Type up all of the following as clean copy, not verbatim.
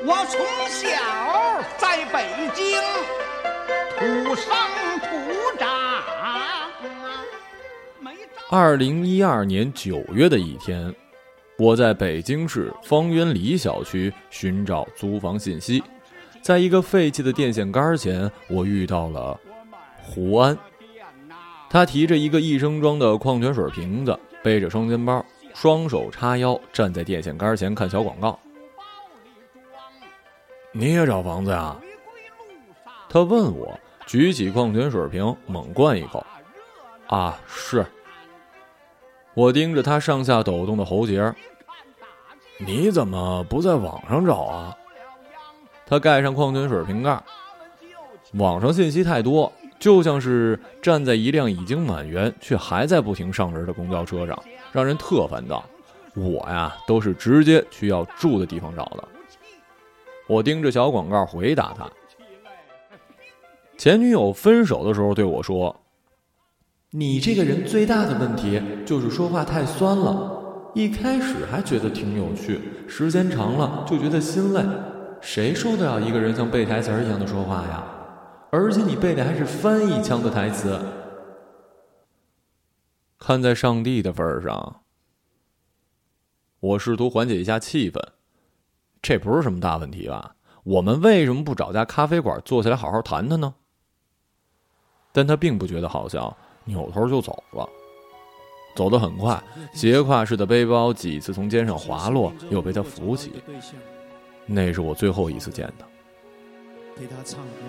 我从小在北京土生土长。 2012年9月的一天，我在北京市方圆里小区寻找租房信息，在一个废弃的电线杆前，我遇到了胡安。他提着一个益生装的矿泉水瓶子，背着双肩包，双手叉腰，站在电线杆前看小广告。你也找房子呀？他问我，举起矿泉水瓶猛灌一口。啊，是。我盯着他上下抖动的喉结。你怎么不在网上找啊？他盖上矿泉水瓶盖。网上信息太多，就像是站在一辆已经满员却还在不停上人的公交车上，让人特烦躁。我呀，都是直接去要住的地方找的。我盯着小广告回答他。前女友分手的时候对我说，你这个人最大的问题就是说话太酸了，一开始还觉得挺有趣，时间长了就觉得心累，谁受得了一个人像背台词一样的说话呀？而且你背的还是翻译腔的台词。看在上帝的份上，我试图缓解一下气氛。这不是什么大问题吧？我们为什么不找家咖啡馆坐下来好好谈谈呢？但他并不觉得好笑，扭头就走了。走得很快，斜挎式的背包几次从肩上滑落，又被他扶起。那是我最后一次见他。陪他唱歌。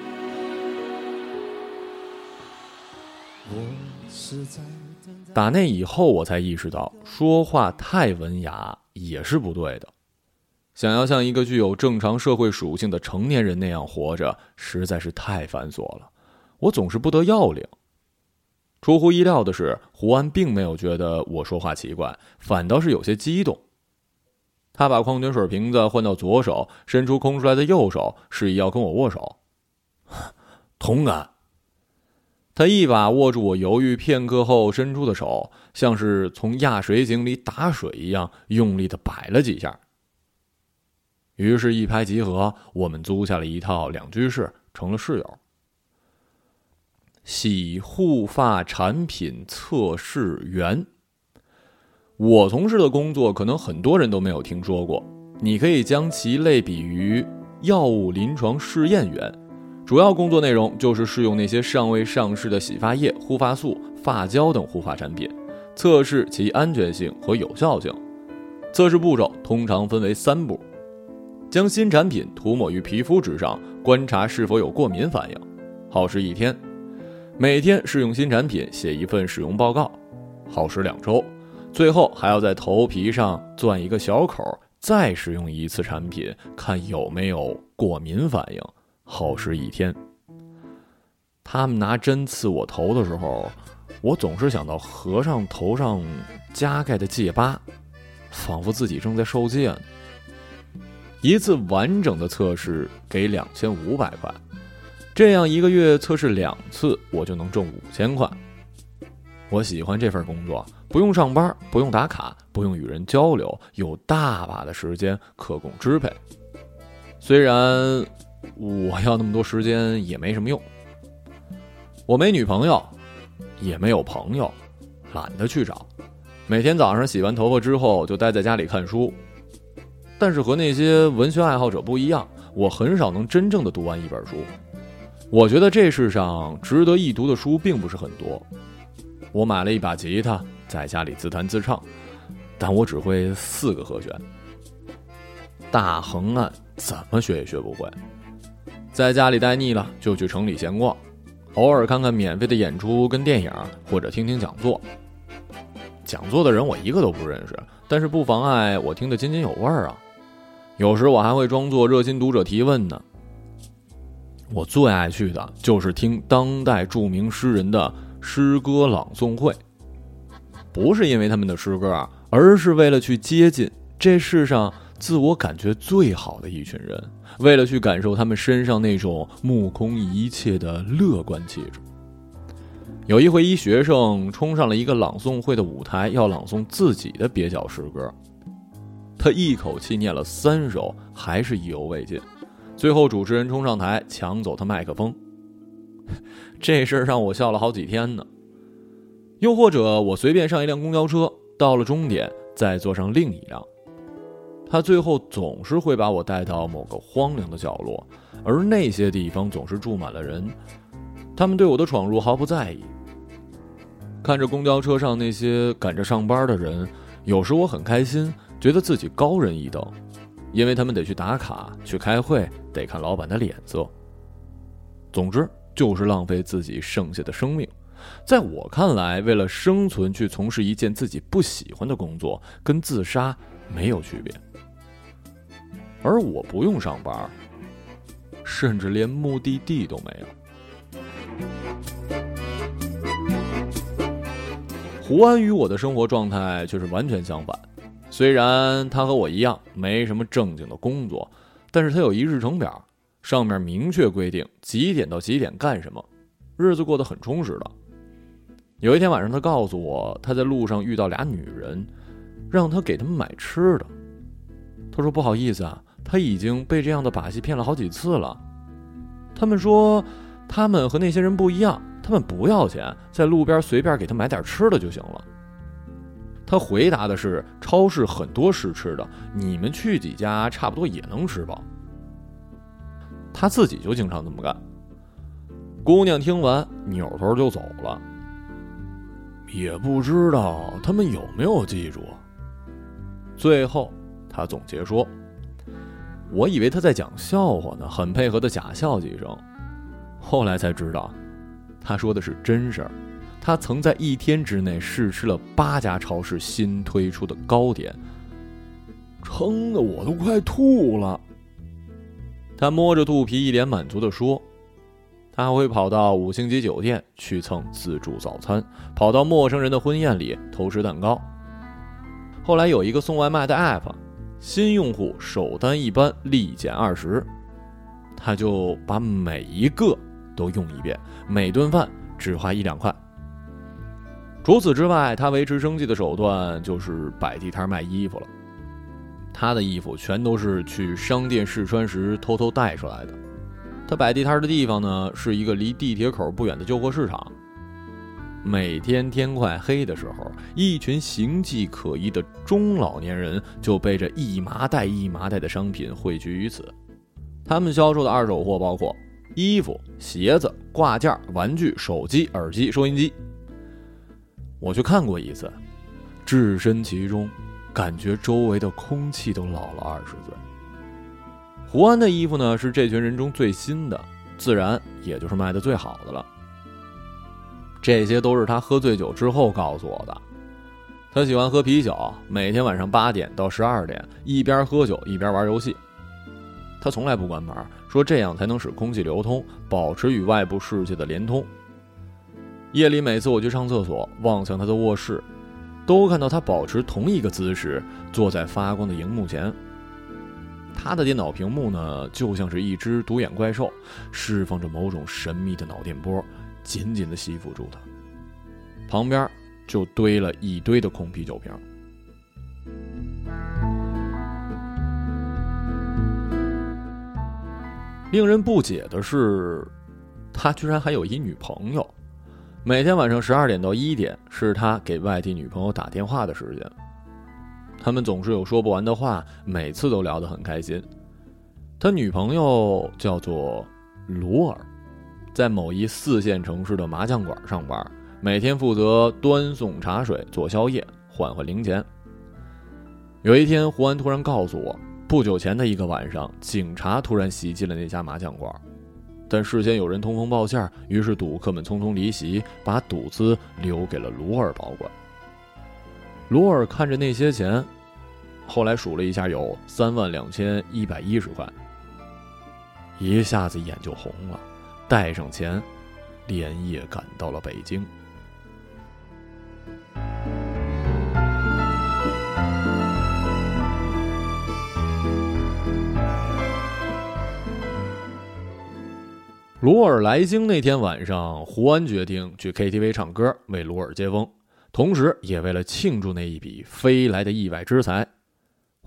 打那以后，我才意识到，说话太文雅也是不对的。想要像一个具有正常社会属性的成年人那样活着，实在是太繁琐了。我总是不得要领。出乎意料的是，胡安并没有觉得我说话奇怪，反倒是有些激动。他把矿泉水瓶子换到左手，伸出空出来的右手，示意要跟我握手。同感。他一把握住我犹豫片刻后伸出的手，像是从压水井里打水一样，用力地摆了几下。于是一拍即合，我们租下了一套2居室，成了室友。洗护发产品测试员。我从事的工作可能很多人都没有听说过，你可以将其类比于药物临床试验员。主要工作内容就是试用那些尚未上市的洗发液、护发素、发胶等护发产品，测试其安全性和有效性。测试步骤通常分为3步：将新产品涂抹于皮肤之上，观察是否有过敏反应，耗时1天；每天试用新产品，写一份使用报告，耗时2周；最后还要在头皮上钻一个小口，再使用1次产品，看有没有过敏反应，耗时1天。他们拿针刺我头的时候，我总是想到和尚头上加盖的戒疤，仿佛自己正在受戒呢。1次完整的测试给2500块，这样1个月测试2次，我就能挣5000块。我喜欢这份工作，不用上班，不用打卡，不用与人交流，有大把的时间可供支配。虽然我要那么多时间也没什么用。我没女朋友，也没有朋友，懒得去找。每天早上洗完头发之后就待在家里看书。但是和那些文学爱好者不一样，我很少能真正的读完一本书。我觉得这世上值得一读的书并不是很多。我买了一把吉他，在家里自弹自唱，但我只会4个和弦。大横按怎么学也学不会。在家里待腻了，就去城里闲逛，偶尔看看免费的演出跟电影，或者听听讲座。讲座的人我一个都不认识，但是不妨碍我听得津津有味啊。有时我还会装作热心读者提问呢。我最爱去的就是听当代著名诗人的诗歌朗诵会，不是因为他们的诗歌，而是为了去接近这世上自我感觉最好的一群人，为了去感受他们身上那种目空一切的乐观气质。有一回，一学生冲上了一个朗诵会的舞台，要朗诵自己的蹩脚诗歌。 他一口气念了3首，还是意犹未尽。最后主持人冲上台抢走他麦克风，这事儿让我笑了好几天呢。又或者我随便上一辆公交车，到了终点再坐上另一辆，他最后总是会把我带到某个荒凉的角落，而那些地方总是住满了人，他们对我的闯入毫不在意。看着公交车上那些赶着上班的人，有时我很开心，觉得自己高人一等，因为他们得去打卡，去开会，得看老板的脸色。总之就是浪费自己剩下的生命。在我看来，为了生存去从事一件自己不喜欢的工作，跟自杀没有区别。而我不用上班，甚至连目的地都没有。胡安与我的生活状态却是完全相反。虽然他和我一样没什么正经的工作，但是他有一日程表，上面明确规定几点到几点干什么，日子过得很充实的。有一天晚上，他告诉我他在路上遇到俩女人，让他给他们买吃的。他说不好意思啊，他已经被这样的把戏骗了好几次了。他们说他们和那些人不一样，他们不要钱，在路边随便给他买点吃的就行了。他回答的是超市很多试吃的，你们去几家差不多也能吃饱。他自己就经常这么干。姑娘听完扭头就走了，也不知道他们有没有记住。最后他总结说，我以为他在讲笑话呢，很配合的假笑几声，后来才知道他说的是真事儿。他曾在1天之内试吃了8家超市新推出的糕点，撑得我都快吐了。他摸着肚皮一脸满足地说，他会跑到5星级酒店去蹭自助早餐，跑到陌生人的婚宴里偷吃蛋糕。后来有一个送外卖的 app， 新用户首单一般立减20，他就把每一个都用一遍，每顿饭只花1-2块。除此之外，他维持生计的手段就是摆地摊卖衣服了。他的衣服全都是去商店试穿时偷偷带出来的。他摆地摊的地方呢，是一个离地铁口不远的旧货市场。每天天快黑的时候，一群形迹可疑的中老年人就背着一麻袋一麻袋的商品汇聚于此。他们销售的二手货包括衣服、鞋子、挂件、玩具、手机、耳机、收音机。我去看过一次，置身其中，感觉周围的空气都老了20岁。胡安的衣服呢，是这群人中最新的，自然也就是卖的最好的了。这些都是他喝醉酒之后告诉我的。他喜欢喝啤酒，每天晚上8点到12点，一边喝酒一边玩游戏。他从来不关门，说这样才能使空气流通，保持与外部世界的连通。夜里每次我去上厕所，望向他的卧室，都看到他保持同一个姿势，坐在发光的荧幕前。他的电脑屏幕呢，就像是一只独眼怪兽，释放着某种神秘的脑电波，紧紧地吸附住他。旁边就堆了一堆的空啤酒瓶。令人不解的是，他居然还有一女朋友。每天晚上12点到1点是他给外地女朋友打电话的时间。他们总是有说不完的话，每次都聊得很开心。他女朋友叫做罗尔，在某一4线城市的麻将馆上班，每天负责端送茶水、做宵夜，换换零钱。有一天，胡安突然告诉我，不久前的一个晚上，警察突然袭击了那家麻将馆，但事先有人通风报信，于是赌客们匆匆离席，把赌资留给了罗尔保管。罗尔看着那些钱，后来数了一下，有32110块，一下子眼就红了，带上钱，连夜赶到了北京。罗尔来京那天晚上，胡安决定去 KTV 唱歌，为罗尔接风，同时也为了庆祝那一笔飞来的意外之财，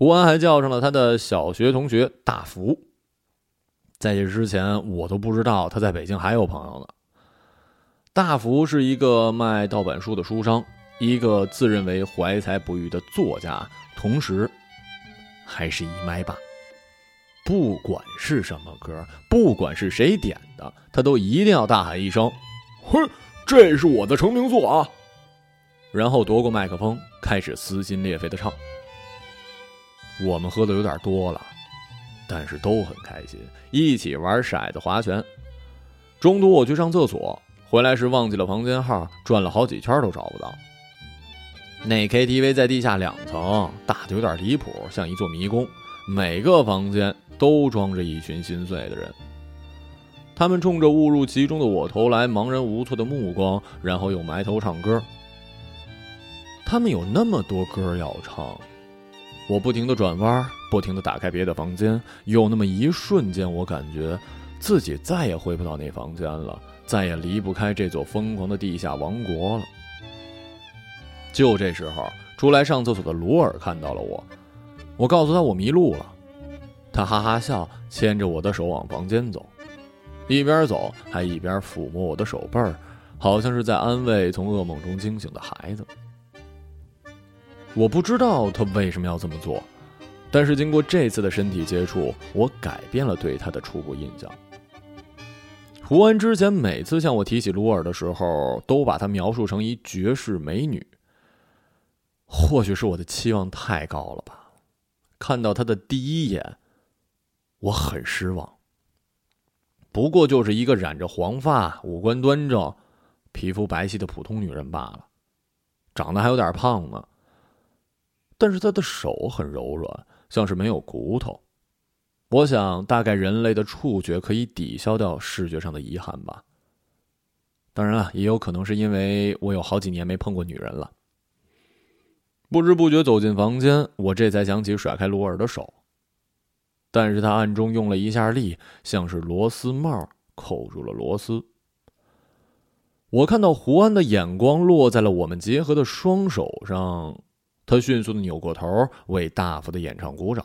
胡安还叫上了他的小学同学大福。在这之前，我都不知道他在北京还有朋友呢。大福是一个卖盗版书的书商，一个自认为怀才不遇的作家，同时还是一麦霸。不管是什么歌，不管是谁点的，他都一定要大喊一声：“嘿，这是我的成名作啊！”然后夺过麦克风，开始撕心裂肺的唱。我们喝的有点多了，但是都很开心，一起玩骰子划拳。中途我去上厕所，回来时忘记了房间号，转了好几圈都找不到。那 KTV 在地下2层，大的有点离谱，像一座迷宫，每个房间都装着一群心碎的人。他们冲着误入其中的我投来茫然无措的目光，然后又埋头唱歌。他们有那么多歌要唱，我不停地转弯，不停地打开别的房间，有那么一瞬间，我感觉自己再也回不到那房间了，再也离不开这座疯狂的地下王国了。就这时候，出来上厕所的鲁尔看到了我，我告诉他我迷路了，他哈哈笑，牵着我的手往房间走，一边走还一边抚摸我的手背儿，好像是在安慰从噩梦中惊醒的孩子。我不知道他为什么要这么做，但是经过这次的身体接触，我改变了对他的初步印象。胡安之前每次向我提起鲁尔的时候，都把她描述成一绝世美女。或许是我的期望太高了吧，看到她的第一眼，我很失望。不过就是一个染着黄发、五官端正、皮肤白皙的普通女人罢了，长得还有点胖呢。但是她的手很柔软，像是没有骨头。我想大概人类的触觉可以抵消掉视觉上的遗憾吧。当然了，也有可能是因为我有好几年没碰过女人了。不知不觉走进房间，我这才想起甩开罗尔的手，但是他暗中用了一下力，像是螺丝帽扣住了螺丝。我看到胡安的眼光落在了我们结合的双手上，他迅速地扭过头，为大福的演唱鼓掌。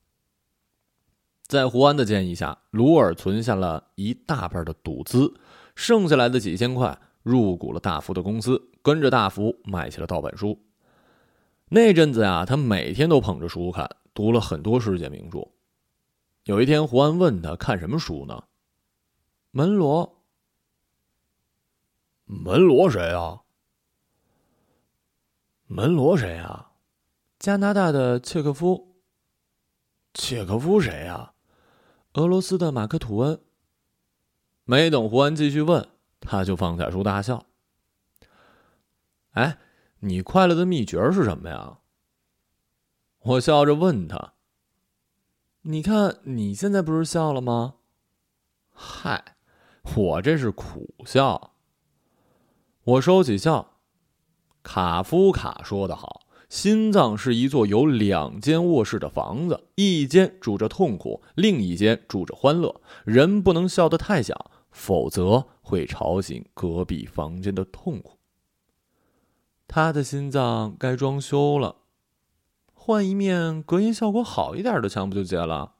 在胡安的建议下，鲁尔存下了一大半的赌资，剩下来的几千块入股了大福的公司，跟着大福卖起了盗版书。那阵子呀，他每天都捧着书看，读了很多世界名著。有一天，胡安问他看什么书呢？门罗。门罗谁啊？门罗谁啊？加拿大的契诃夫。契诃夫谁啊？俄罗斯的马克吐温。没等胡安继续问，他就放下书大笑。哎，你快乐的秘诀是什么呀？我笑着问他。你看你现在不是笑了吗？嗨，我这是苦笑。我收起笑。卡夫卡说得好，心脏是一座有2间卧室的房子，一间住着痛苦，另一间住着欢乐。人不能笑得太响，否则会吵醒隔壁房间的痛苦。他的心脏该装修了，换一面隔音效果好一点的墙不就结了？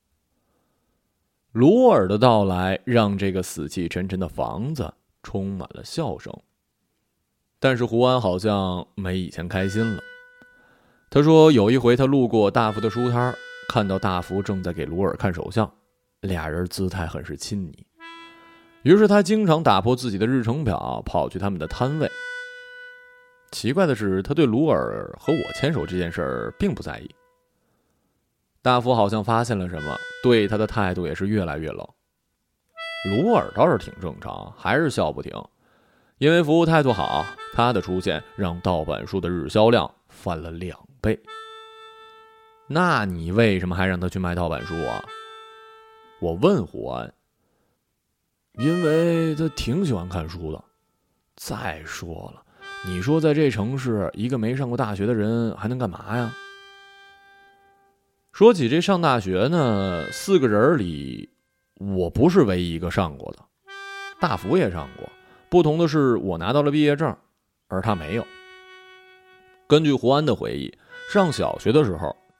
鲁尔的到来让这个死气沉沉的房子充满了笑声。但是胡安好像没以前开心了。他说有一回他路过大福的书摊，看到大福正在给鲁尔看手相，俩人姿态很是亲昵。于是他经常打破自己的日程表，跑去他们的摊位。奇怪的是，他对鲁尔和我牵手这件事并不在意。大福好像发现了什么，对他的态度也是越来越冷。鲁尔倒是挺正常，还是笑不停。因为服务态度好，他的出现让盗版书的日销量翻了2倍。那你为什么还让他去卖盗版书啊？我问胡安。因为他挺喜欢看书的。再说了，你说在这城市，一个没上过大学的人还能干嘛呀？说起这上大学呢，4个人里，我不是唯一一个上过的。大福也上过。不同的是，我拿到了毕业证，而他没有。根据胡安的回忆，上小学的时候，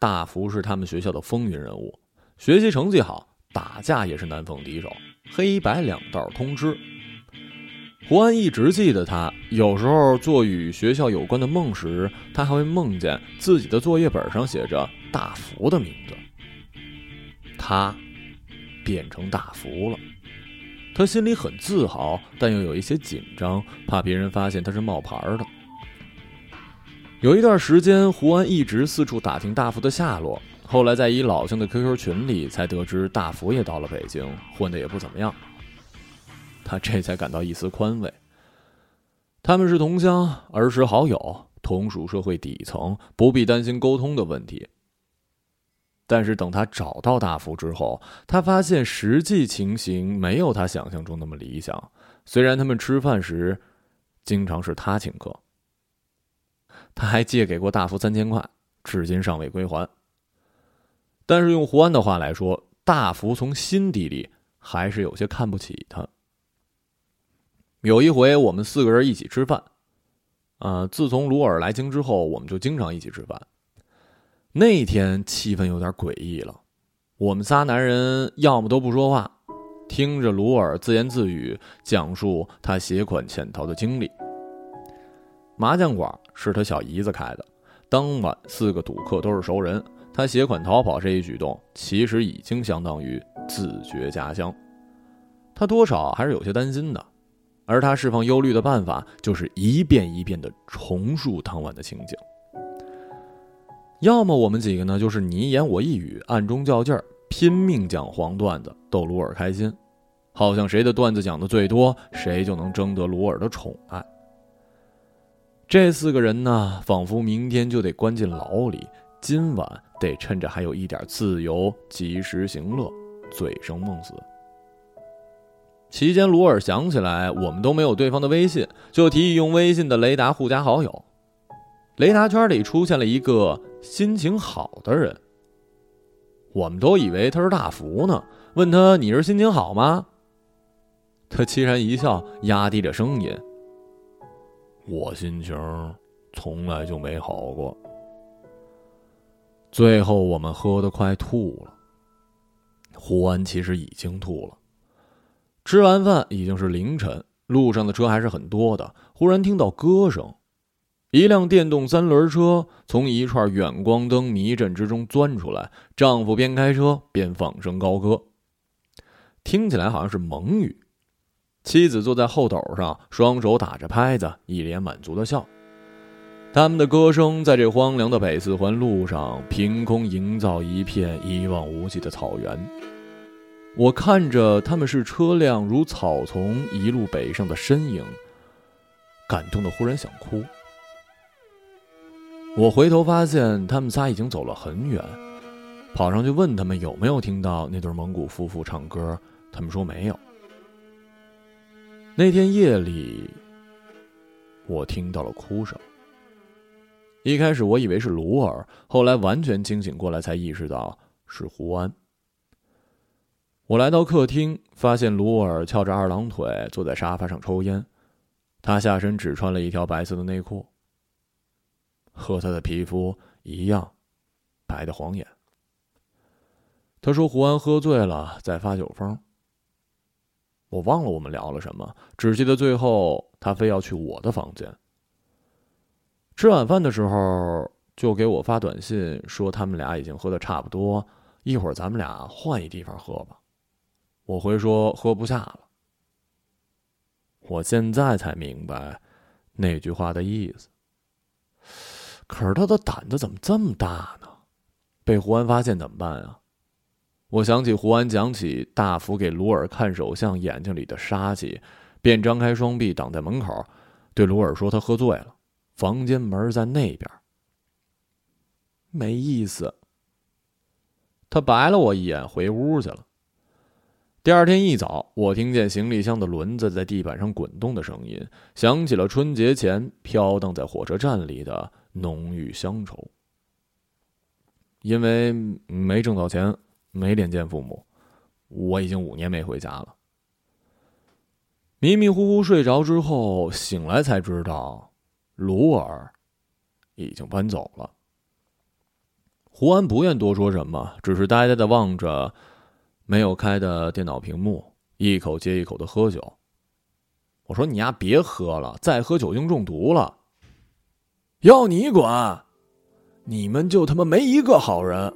大福是他们学校的风云人物，学习成绩好，打架也是难逢敌手，黑白两道通吃。胡安一直记得他，有时候做与学校有关的梦时，他还会梦见自己的作业本上写着大福的名字。他变成大福了，他心里很自豪，但又有一些紧张，怕别人发现他是冒牌的。有一段时间，胡安一直四处打听大福的下落，后来在一老乡的 QQ 群里才得知大福也到了北京，混得也不怎么样。他这才感到一丝宽慰。他们是同乡，儿时好友，同属社会底层，不必担心沟通的问题。但是等他找到大福之后，他发现实际情形没有他想象中那么理想。虽然他们吃饭时经常是他请客，他还借给过大福3000块，至今尚未归还。但是用胡安的话来说，大福从心底里还是有些看不起他。有一回我们4个人一起吃饭，自从鲁尔来京之后，我们就经常一起吃饭。那天气氛有点诡异了，我们仨男人要么都不说话，听着鲁尔自言自语讲述他携款潜逃的经历。麻将馆是他小姨子开的，当晚4个赌客都是熟人，他携款逃跑这一举动其实已经相当于自绝家乡，他多少还是有些担心的。而他释放忧虑的办法就是一遍一遍地重述当晚的情景。要么我们几个呢，就是你一言我一语，暗中较劲儿，拼命讲黄段子逗鲁尔开心，好像谁的段子讲得最多，谁就能争得鲁尔的宠爱。这4个人呢，仿佛明天就得关进牢里，今晚得趁着还有一点自由及时行乐，醉生梦死。期间鲁尔想起来我们都没有对方的微信，就提议用微信的雷达互加好友。雷达圈里出现了一个心情好的人，我们都以为他是大福呢，问他你是心情好吗？他凄然一笑，压低着声音，我心情从来就没好过。最后我们喝得快吐了，胡安其实已经吐了。吃完饭已经是凌晨，路上的车还是很多的，忽然听到歌声，一辆电动3轮车从一串远光灯迷阵之中钻出来，丈夫边开车边放声高歌，听起来好像是蒙语。妻子坐在后斗上，双手打着拍子，一脸满足的笑。他们的歌声在这荒凉的北4环路上凭空营造一片一望无际的草原。我看着他们是车辆如草丛一路北上的身影，感动的忽然想哭。我回头发现他们仨已经走了很远，跑上去问他们有没有听到那对蒙古夫妇唱歌，他们说没有。那天夜里，我听到了哭声。一开始我以为是鲁尔，后来完全清醒过来才意识到是胡安。我来到客厅，发现鲁尔翘着2郎腿坐在沙发上抽烟，他下身只穿了一条白色的内裤，和他的皮肤一样白得晃眼。他说胡安喝醉了，在发酒疯。我忘了我们聊了什么，只记得最后他非要去我的房间。吃晚饭的时候就给我发短信说他们俩已经喝得差不多，一会儿咱们俩换一地方喝吧。我回说喝不下了。我现在才明白那句话的意思。可是他的胆子怎么这么大呢？被胡安发现怎么办啊？我想起胡安讲起大福给鲁尔看手相眼睛里的杀气，便张开双臂挡在门口，对鲁尔说他喝醉了，房间门在那边。没意思。他白了我一眼，回屋去了。第二天一早，我听见行李箱的轮子在地板上滚动的声音，想起了春节前飘荡在火车站里的浓郁乡愁。因为没挣到钱，没脸见父母，我已经5年没回家了。迷迷糊糊睡着之后，醒来才知道鲁尔已经搬走了。 胡安不愿多说什么，只是呆呆地望着没有开的电脑屏幕，一口接一口地喝酒。我说你丫别喝了，再喝酒精中毒了。要你管，你们就他妈没一个好人。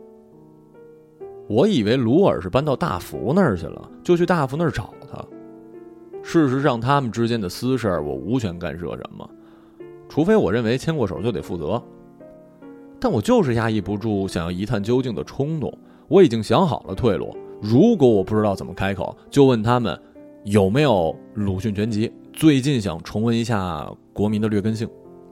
我以为鲁尔是搬到大福那儿去了，就去大福那儿找他。事实上他们之间的私事我无权干涉什么，除非我认为牵过手就得负责。但我就是压抑不住想要一探究竟的冲动，我已经想好了退路。如果我不知道怎么开口，就问他们有没有鲁迅全集，最近想重温一下国民的劣根性。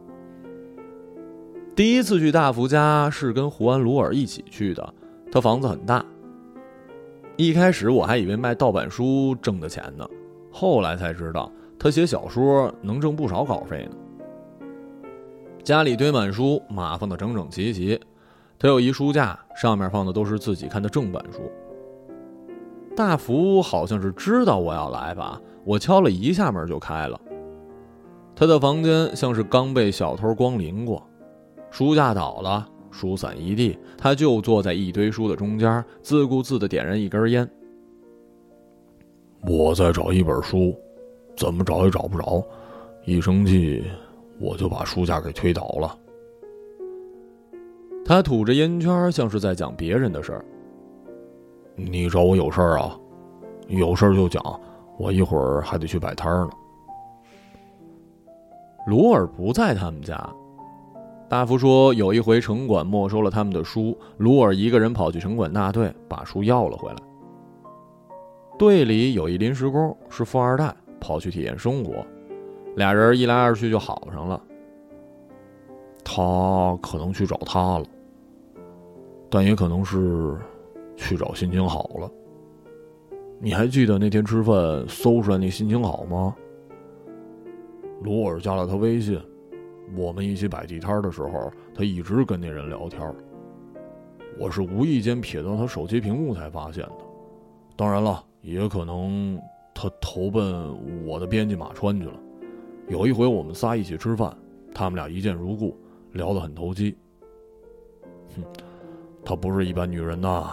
第一次去大福家是跟胡安·鲁尔一起去的，他房子很大。一开始我还以为卖盗版书挣的钱呢，后来才知道他写小说能挣不少稿费呢。家里堆满书，码放得整整齐齐，他有一书架，上面放的都是自己看的正版书。大福好像是知道我要来吧，我敲了一下门就开了。他的房间像是刚被小偷光临过，书架倒了，书散一地，他就坐在一堆书的中间，自顾自地点燃一根烟。 我在找一本书，怎么找也找不着，一生气我就把书架给推倒了。 他吐着烟圈，像是在讲别人的事儿。 你找我有事儿啊？有事儿就讲，我一会儿还得去摆摊呢。 鲁尔不在他们家。大福说有一回城管没收了他们的书，鲁尔一个人跑去城管大队把书要了回来。队里有一临时工，是富二代，跑去体验生活，俩人一来二去就好上了。 他可能去找他了，但也可能是去找心情好了。你还记得那天吃饭搜出来那心情好吗？鲁尔加了他微信，我们一起摆地摊的时候，他一直跟那人聊天。我是无意间瞥到他手机屏幕才发现的，当然了，也可能他投奔我的编辑马川去了。有一回我们仨一起吃饭，他们俩一见如故，聊得很投机。她不是一般女人呐。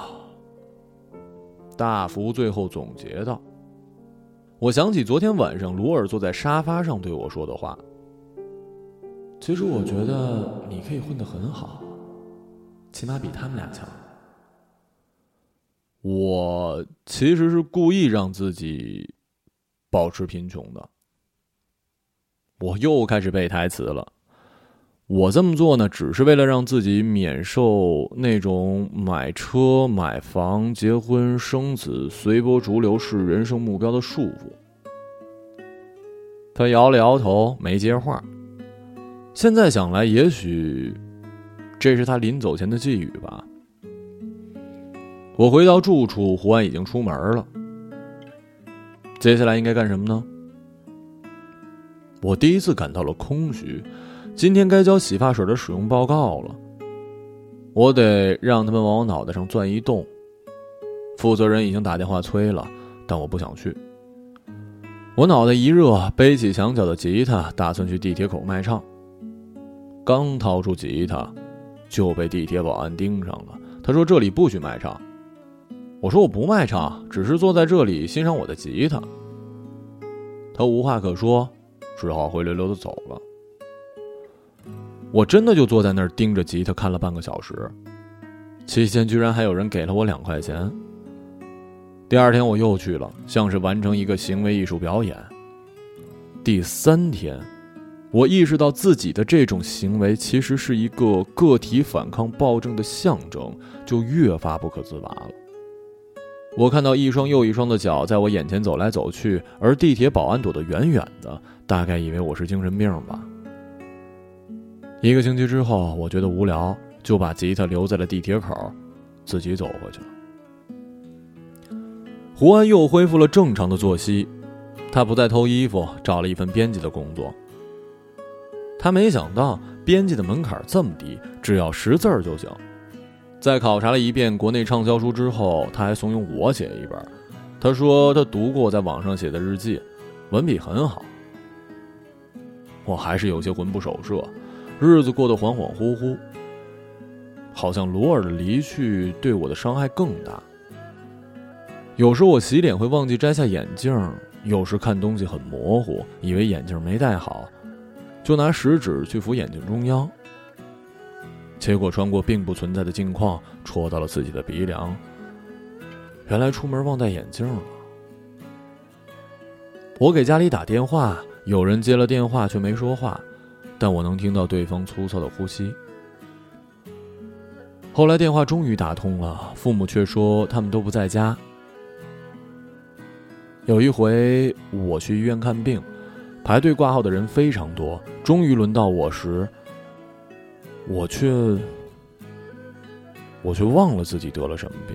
大福最后总结道。我想起昨天晚上鲁尔坐在沙发上对我说的话。其实我觉得你可以混得很好，起码比他们俩强。我其实是故意让自己保持贫穷的。我又开始背台词了。我这么做呢，只是为了让自己免受那种买车、买房、结婚、生子、随波逐流是人生目标的束缚。他摇了摇头，没接话。现在想来，也许这是他临走前的寄语吧。我回到住处，胡安已经出门了。接下来应该干什么呢？我第一次感到了空虚。今天该交洗发水的使用报告了，我得让他们往我脑袋上钻一洞。负责人已经打电话催了，但我不想去。我脑袋一热，背起墙角的吉他，打算去地铁口卖唱。刚掏出吉他，就被地铁保安盯上了。他说这里不许卖唱。我说我不卖唱，只是坐在这里欣赏我的吉他。他无话可说，只好灰溜溜地走了。我真的就坐在那儿盯着吉他看了半个小时，期间居然还有人给了我2块钱。第二天我又去了，像是完成一个行为艺术表演。第3天，我意识到自己的这种行为其实是一个个体反抗暴政的象征，就越发不可自拔了。我看到一双又一双的脚在我眼前走来走去，而地铁保安躲得远远的，大概以为我是精神病吧。1个星期之后，我觉得无聊，就把吉他留在了地铁口，自己走回去了。胡安又恢复了正常的作息，他不再偷衣服，找了一份编辑的工作。他没想到编辑的门槛这么低，只要识字儿就行。在考察了一遍国内畅销书之后，他还怂恿我写一本。他说他读过我在网上写的日记，文笔很好。我还是有些魂不守舍，日子过得恍恍惚惚。 好像罗尔的离去对我的伤害更大。有时我洗脸会忘记摘下眼镜，有时看东西很模糊，以为眼镜没戴好，就拿食指去扶眼睛中央，结果穿过并不存在的镜框，戳到了自己的鼻梁。原来出门忘带眼镜了。我给家里打电话，有人接了电话却没说话，但我能听到对方粗糙的呼吸。后来电话终于打通了，父母却说他们都不在家。有一回我去医院看病，排队挂号的人非常多，终于轮到我时，我却忘了自己得了什么病。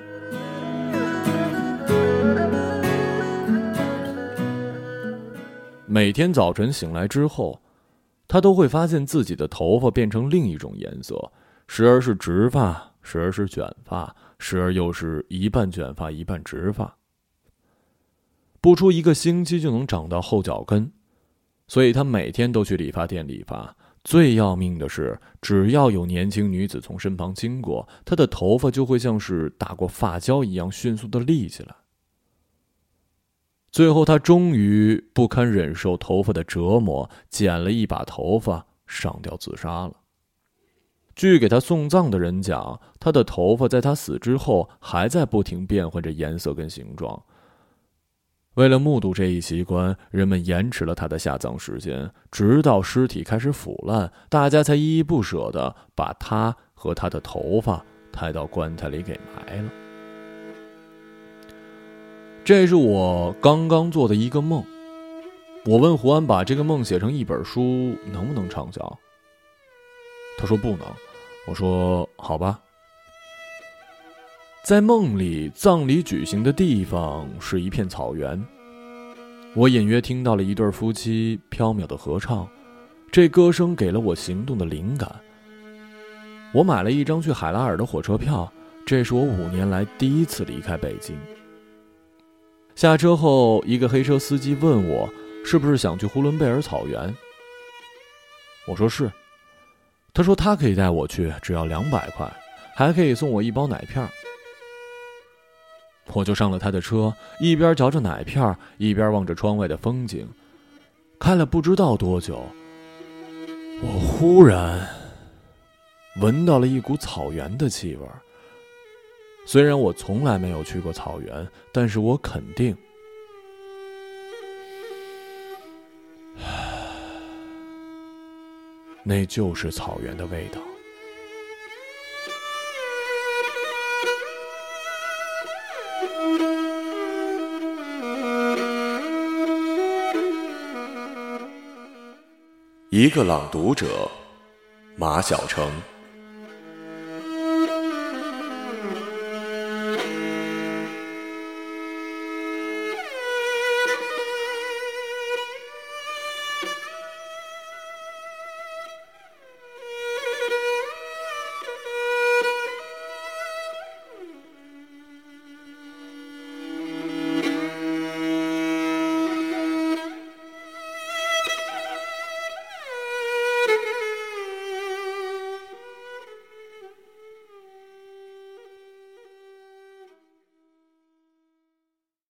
每天早晨醒来之后，他都会发现自己的头发变成另一种颜色，时而是直发，时而是卷发，时而又是一半卷发一半直发。不出1个星期就能长到后脚跟，所以他每天都去理发店理发。最要命的是，只要有年轻女子从身旁经过，他的头发就会像是打过发胶一样迅速地立起来。最后他终于不堪忍受头发的折磨，剪了一把头发上吊自杀了。据给他送葬的人讲，他的头发在他死之后还在不停变换着颜色跟形状。为了目睹这一奇观，人们延迟了他的下葬时间，直到尸体开始腐烂，大家才依依不舍地把他和他的头发抬到棺材里给埋了。这是我刚刚做的一个梦。我问胡安把这个梦写成一本书能不能畅销，他说不能。我说好吧。在梦里，葬礼举行的地方是一片草原。我隐约听到了一对夫妻飘渺的合唱，这歌声给了我行动的灵感。我买了一张去海拉尔的火车票，这是我5年来第一次离开北京。下车后，一个黑车司机问我是不是想去呼伦贝尔草原。我说是。他说他可以带我去，只要200块，还可以送我1包奶片。我就上了他的车，一边嚼着奶片，一边望着窗外的风景。开了不知道多久，我忽然闻到了一股草原的气味。虽然我从来没有去过草原，但是我肯定，那就是草原的味道。 一个朗读者，马晓成。